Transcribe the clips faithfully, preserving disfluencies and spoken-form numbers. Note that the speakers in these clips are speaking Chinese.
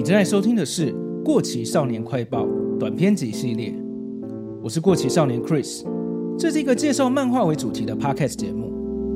正在收听的是《过期少年快报》短篇集系列，我是过期少年 Chris， 这是一个介绍漫画为主题的 Podcast 节目。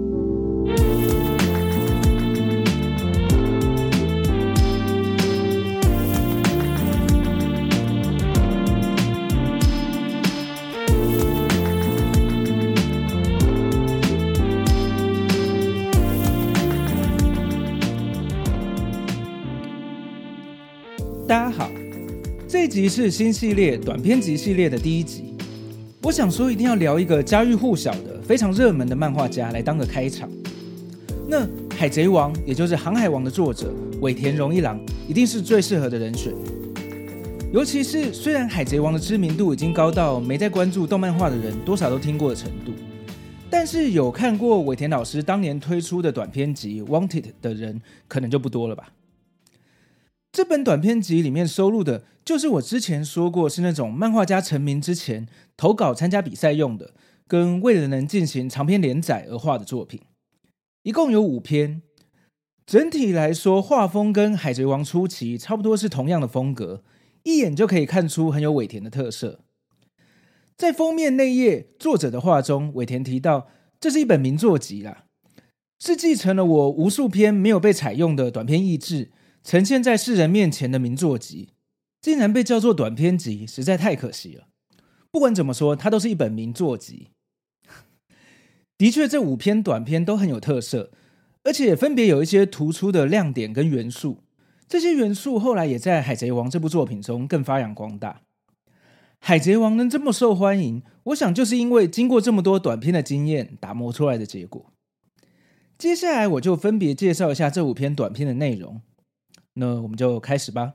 大家好，这一集是新系列短篇集系列的第一集。我想说一定要聊一个家喻户晓的非常热门的漫画家来当个开场。那海贼王也就是航海王的作者尾田荣一郎一定是最适合的人选。尤其是虽然海贼王的知名度已经高到没在关注动漫画的人多少都听过的程度，但是有看过尾田老师当年推出的短篇集 Wanted 的人可能就不多了吧。这本短篇集里面收录的就是我之前说过是那种漫画家成名之前投稿参加比赛用的，跟为了能进行长篇连载而画的作品，一共有五篇。整体来说画风跟海贼王初期差不多是同样的风格，一眼就可以看出很有尾田的特色。在封面内页作者的话中，尾田提到这是一本名作集啦，是继承了我无数篇没有被采用的短篇译制呈现在世人面前的名作集，竟然被叫做短篇集，实在太可惜了。不管怎么说，它都是一本名作集。的确，这五篇短篇都很有特色，而且也分别有一些突出的亮点跟元素。这些元素后来也在《海贼王》这部作品中更发扬光大。海贼王能这么受欢迎，我想就是因为经过这么多短篇的经验打磨出来的结果。接下来我就分别介绍一下这五篇短篇的内容。那我们就开始吧。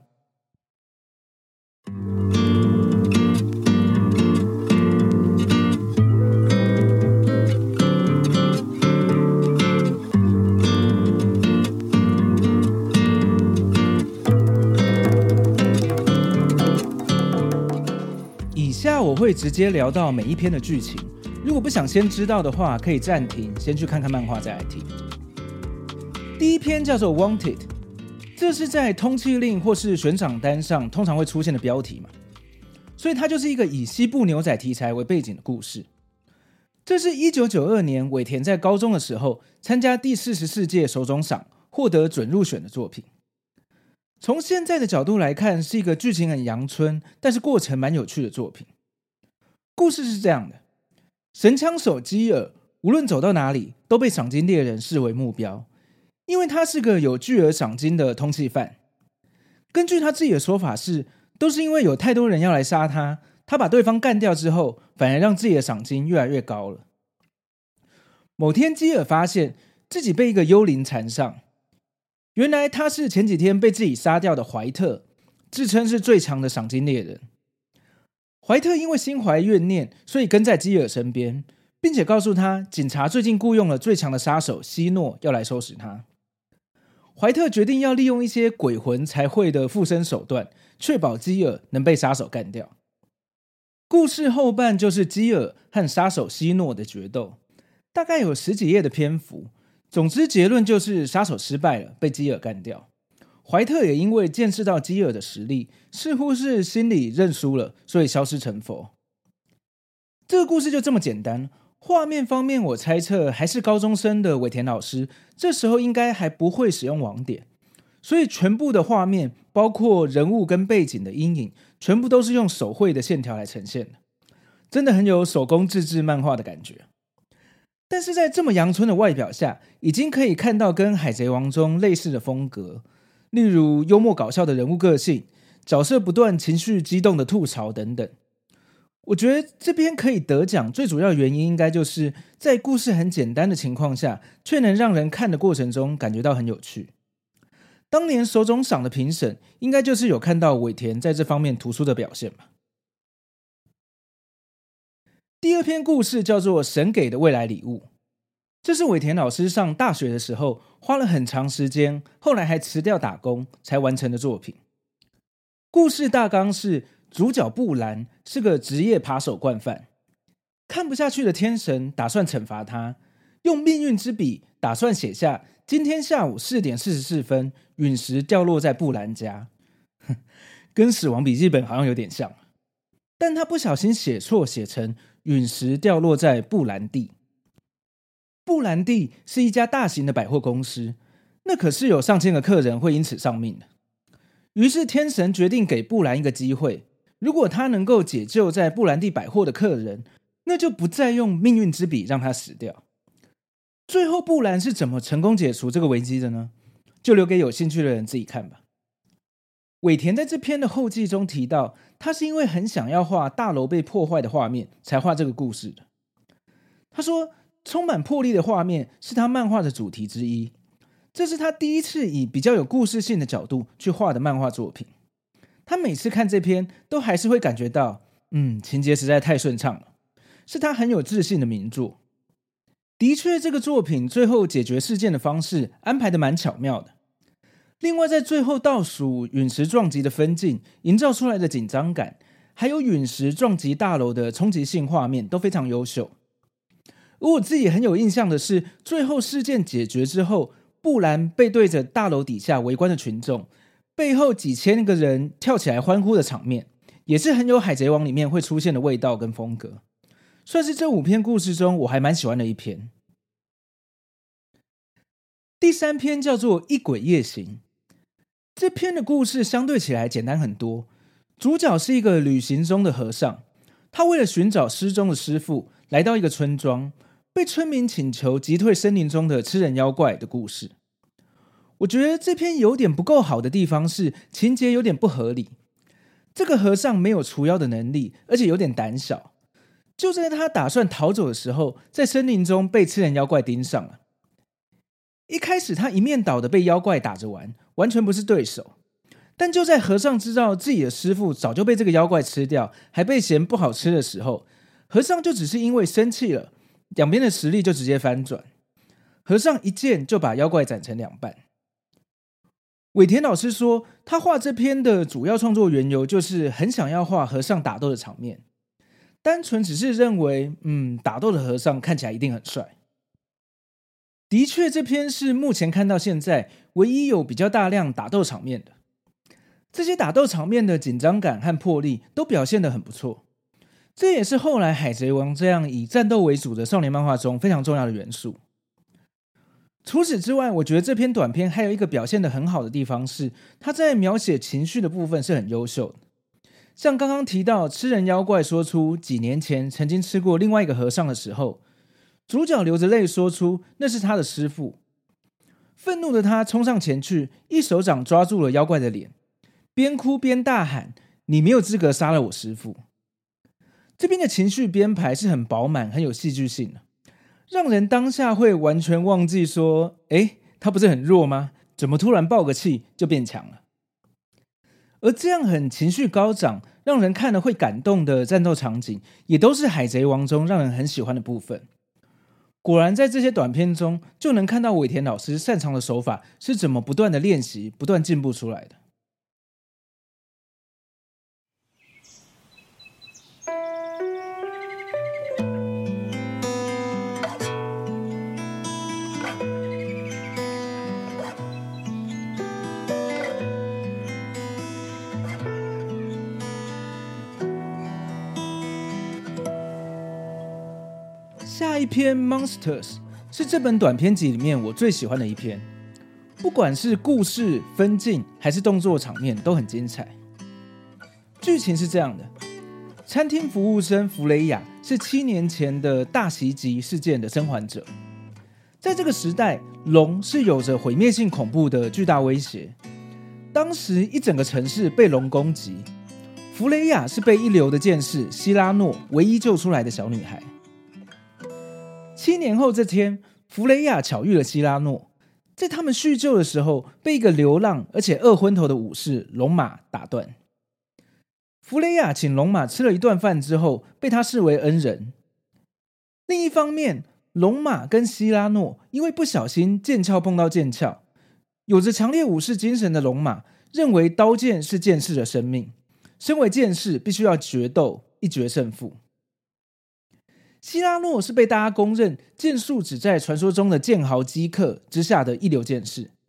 以下我会直接聊到每一篇的剧情，如果不想先知道的话，可以暂停，先去看看漫画再来听。第一篇叫做 Wanted，这是在通缉令或是悬赏单上通常会出现的标题嘛，所以它就是一个以西部牛仔题材为背景的故事。这是一九九二年尾田在高中的时候参加第四十四届手冢赏获得准入选的作品。从现在的角度来看，是一个剧情很阳春，但是过程蛮有趣的作品。故事是这样的，神枪手基尔无论走到哪里都被赏金猎人视为目标，因为他是个有巨额赏金的通缉犯。根据他自己的说法是，都是因为有太多人要来杀他，他把对方干掉之后，反而让自己的赏金越来越高了。某天基尔发现自己被一个幽灵缠上，原来他是前几天被自己杀掉的怀特，自称是最强的赏金猎人。怀特因为心怀怨念，所以跟在基尔身边，并且告诉他警察最近雇佣了最强的杀手希诺要来收拾他。怀特决定要利用一些鬼魂才会的附身手段，确保基尔能被杀手干掉。故事后半就是基尔和杀手希诺的决斗，大概有十几页的篇幅。总之结论就是杀手失败了，被基尔干掉。怀特也因为见识到基尔的实力，似乎是心里认输了，所以消失成佛。这个故事就这么简单。画面方面，我猜测还是高中生的尾田老师这时候应该还不会使用网点，所以全部的画面包括人物跟背景的阴影全部都是用手绘的线条来呈现的，真的很有手工自制漫画的感觉。但是在这么阳春的外表下，已经可以看到跟海贼王中类似的风格，例如幽默搞笑的人物个性，角色不断情绪激动的吐槽等等。我觉得这边可以得奖，最主要原因应该就是在故事很简单的情况下，却能让人看的过程中感觉到很有趣。当年手冢赏的评审应该就是有看到尾田在这方面突出的表现吧。第二篇故事叫做神给的未来礼物，这是尾田老师上大学的时候花了很长时间，后来还辞掉打工才完成的作品。故事大纲是主角布兰是个职业扒手惯犯，看不下去的天神打算惩罚他，用命运之笔打算写下今天下午四点四十四分陨石掉落在布兰家。 跟死亡笔记本好像有点像，但他不小心写错，写成陨石掉落在布兰地。布兰地是一家大型的百货公司，那可是有上千个客人会因此丧命的。于是天神决定给布兰一个机会，如果他能够解救在布兰地百货的客人，那就不再用命运之笔让他死掉。最后布兰是怎么成功解除这个危机的呢？就留给有兴趣的人自己看吧。尾田在这篇的后记中提到，他是因为很想要画大楼被破坏的画面才画这个故事的。他说充满魄力的画面是他漫画的主题之一，这是他第一次以比较有故事性的角度去画的漫画作品。他每次看这篇都还是会感觉到嗯，情节实在太顺畅了，是他很有自信的名作。的确，这个作品最后解决事件的方式安排得蛮巧妙的。另外，在最后倒数陨石撞击的分镜营造出来的紧张感，还有陨石撞击大楼的冲击性画面都非常优秀。而我自己很有印象的是，最后事件解决之后，布兰背对着大楼底下围观的群众，背后几千个人跳起来欢呼的场面，也是很有海贼王里面会出现的味道跟风格，算是这五篇故事中我还蛮喜欢的一篇。第三篇叫做一轨夜行，这篇的故事相对起来简单很多。主角是一个旅行中的和尚，他为了寻找失踪的师父，来到一个村庄，被村民请求击退森林中的吃人妖怪的故事。我觉得这篇有点不够好的地方是情节有点不合理。这个和尚没有除妖的能力，而且有点胆小，就在他打算逃走的时候，在森林中被吃人妖怪盯上了。一开始他一面倒的被妖怪打着玩，完全不是对手。但就在和尚知道自己的师父早就被这个妖怪吃掉，还被嫌不好吃的时候，和尚就只是因为生气了，两边的实力就直接翻转。和尚一剑就把妖怪斩成两半。尾田老师说，他画这篇的主要创作缘由就是很想要画和尚打斗的场面，单纯只是认为，嗯，打斗的和尚看起来一定很帅。的确，这篇是目前看到现在唯一有比较大量打斗场面的。这些打斗场面的紧张感和魄力都表现得很不错，这也是后来海贼王这样以战斗为主的少年漫画中非常重要的元素。除此之外，我觉得这篇短篇还有一个表现得很好的地方是，他在描写情绪的部分是很优秀的。像刚刚提到吃人妖怪说出几年前曾经吃过另外一个和尚的时候，主角流着泪说出那是他的师父。愤怒的他冲上前去，一手掌抓住了妖怪的脸，边哭边大喊，你没有资格杀了我师父。这边的情绪编排是很饱满，很有戏剧性的，让人当下会完全忘记说，诶，他不是很弱吗？怎么突然爆个气就变强了？而这样很情绪高涨，让人看了会感动的战斗场景，也都是海贼王中让人很喜欢的部分。果然在这些短片中，就能看到尾田老师擅长的手法是怎么不断的练习，不断进步出来的。下一篇 Monsters 是这本短篇集里面我最喜欢的一篇，不管是故事、分镜还是动作场面都很精彩。剧情是这样的，餐厅服务生弗雷亚是七年前的大袭击事件的生还者。在这个时代，龙是有着毁灭性恐怖的巨大威胁，当时一整个城市被龙攻击，弗雷亚是被一流的剑士希拉诺唯一救出来的小女孩。七年后这天，弗雷亚巧遇了希拉诺，在他们叙旧的时候，被一个流浪而且饿昏头的武士龙马打断。弗雷亚请龙马吃了一顿饭之后，被他视为恩人。另一方面，龙马跟希拉诺因为不小心剑鞘碰到剑鞘，有着强烈武士精神的龙马认为刀剑是剑士的生命，身为剑士必须要决斗，一决胜负。希拉诺是被大家公认剑术只在传说中的剑豪基克之下的一流剑士，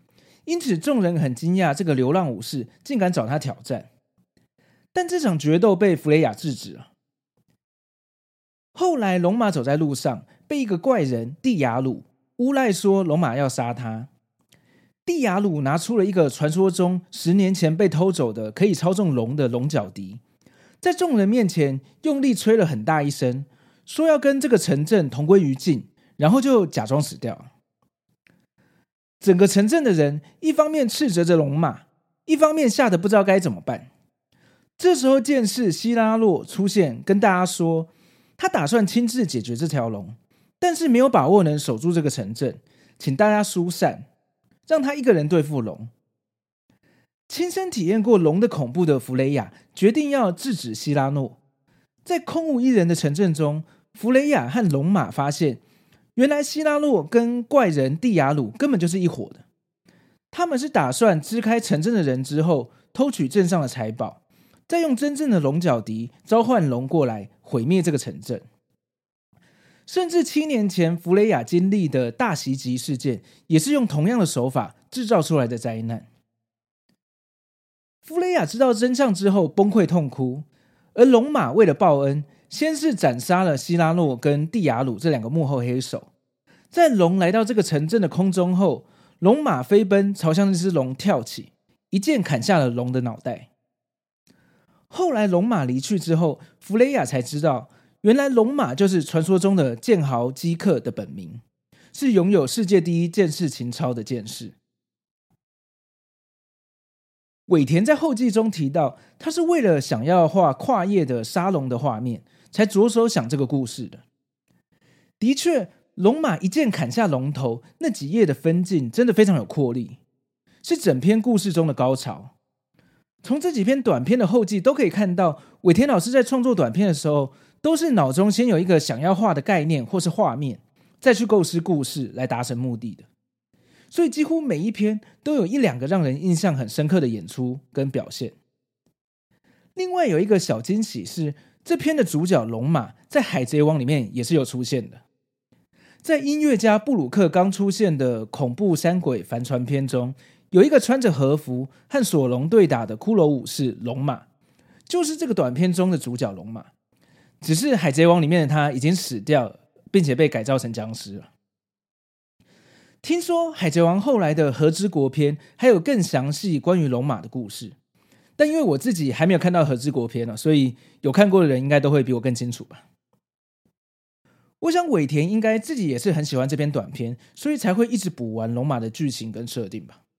因此众人很惊讶这个流浪武士竟敢找他挑战。但这场决斗被弗雷亚制止了。后来龙马走在路上，被一个怪人蒂亚鲁诬赖说龙马要杀他。蒂亚鲁拿出了一个传说中十年前被偷走的可以操纵龙的龙角笛，在众人面前用力吹了很大一声，说要跟这个城镇同归于尽，然后就假装死掉了。整个城镇的人一方面斥责着龙马，一方面吓得不知道该怎么办。这时候剑士希拉洛出现，跟大家说他打算亲自解决这条龙，但是没有把握能守住这个城镇，请大家疏散，让他一个人对付龙。亲身体验过龙的恐怖的弗雷亚决定要制止希拉诺。在空无一人的城镇中，弗雷亚和龙马发现原来希拉诺跟怪人蒂亚鲁根本就是一伙的。他们是打算支开城镇的人之后，偷取镇上的财宝，再用真正的龙角笛召唤龙过来毁灭这个城镇。甚至七年前弗雷亚经历的大袭击事件，也是用同样的手法制造出来的灾难。弗雷亚知道真相之后崩溃痛哭，而龙马为了报恩，先是斩杀了希拉诺跟蒂亚鲁这两个幕后黑手。在龙来到这个城镇的空中后，龙马飞奔朝向那只龙跳起，一剑砍下了龙的脑袋。后来龙马离去之后，弗雷亚才知道原来龙马就是传说中的剑豪基克的本名，是拥有世界第一剑士情操的剑士。尾田在后记中提到，他是为了想要画跨页的杀龙的画面，才着手想这个故事的。的确，龙马一剑砍下龙头，那几页的分镜真的非常有魄力，是整篇故事中的高潮。从这几篇短篇的后记都可以看到，尾田老师在创作短篇的时候，都是脑中先有一个想要画的概念或是画面，再去构思故事来达成目的的。所以几乎每一篇都有一两个让人印象很深刻的演出跟表现。另外有一个小惊喜是，这篇的主角龙马在海贼王里面也是有出现的。在音乐家布鲁克刚出现的恐怖山鬼帆船篇中，有一个穿着和服和索隆对打的骷髅武士龙马，就是这个短片中的主角龙马。只是海贼王里面的他已经死掉了，并且被改造成僵尸了。听说海贼王后来的和之国篇还有更详细关于龙马的故事，但因为我自己还没有看到和之国篇了，所以有看过的人应该都会比我更清楚吧。我想尾田应该自己也是很喜欢这篇短篇，所以才会一直补完龙马的剧情跟设定吧。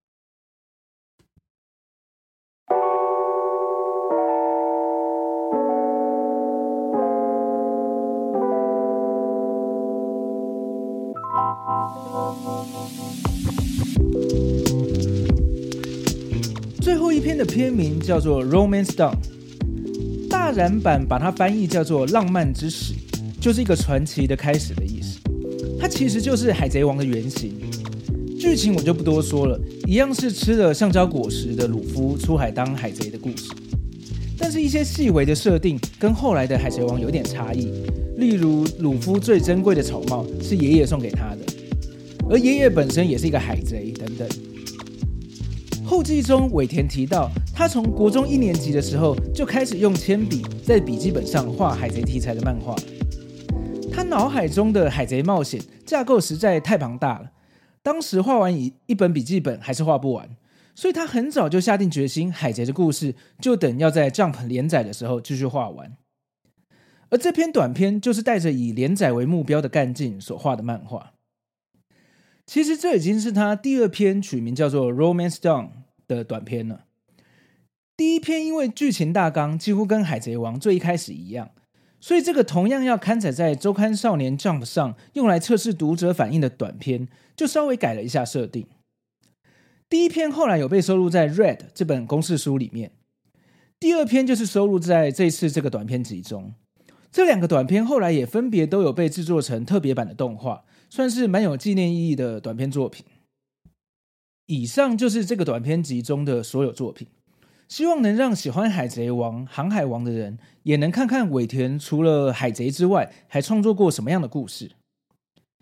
最后一篇的篇名叫做 Romance Dawn， 大然版把它翻译叫做浪漫之始，就是一个传奇的开始的意思。它其实就是海贼王的原型。剧情我就不多说了，一样是吃了橡胶果实的鲁夫出海当海贼的故事，但是一些细微的设定跟后来的海贼王有点差异，例如鲁夫最珍贵的草帽是爷爷送给他的，而爷爷本身也是一个海贼等等。后记中尾田提到，他从国中一年级的时候就开始用铅笔在笔记本上画海贼题材的漫画。他脑海中的海贼冒险架构实在太庞大了，当时画完一本笔记本还是画不完，所以他很早就下定决心，海贼的故事就等要在 Jump 连载的时候继续画完。而这篇短篇就是带着以连载为目标的干劲所画的漫画。其实这已经是他第二篇取名叫做 Romance Dawn 的短篇了。第一篇因为剧情大纲几乎跟海贼王最一开始一样，所以这个同样要刊载在周刊少年 Jump 上用来测试读者反应的短篇，就稍微改了一下设定。第一篇后来有被收录在 Red 这本公式书里面，第二篇就是收录在这次这个短篇集中。这两个短篇后来也分别都有被制作成特别版的动画，算是蛮有纪念意义的短篇作品。以上就是这个短篇集中的所有作品，希望能让喜欢海贼王、航海王的人也能看看尾田除了海贼之外还创作过什么样的故事。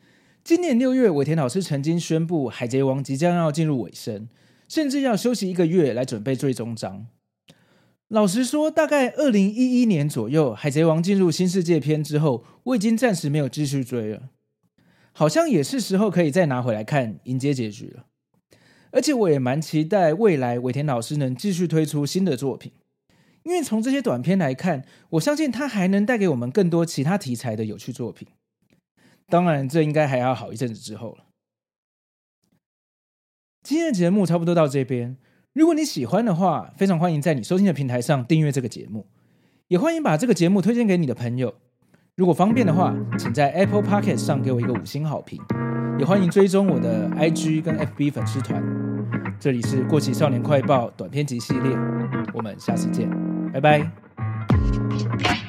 今年六月，尾田老师曾经宣布《海贼王》即将要进入尾声，甚至要休息一个月来准备最终章。老实说，大概二零一一年左右，《海贼王》进入新世界篇之后，我已经暂时没有继续追了，好像也是时候可以再拿回来看，迎接结局了。而且我也蛮期待未来尾田老师能继续推出新的作品，因为从这些短片来看，我相信他还能带给我们更多其他题材的有趣作品。当然，这应该还要好一阵子之后了。今天的节目差不多到这边，如果你喜欢的话，非常欢迎在你收听的平台上订阅这个节目，也欢迎把这个节目推荐给你的朋友。如果方便的话，请在 Apple Podcast 上给我一个五星好评，也欢迎追踪我的 I G 跟 F B 粉丝团。这里是过期少年快报短篇集系列，我们下次见，拜拜。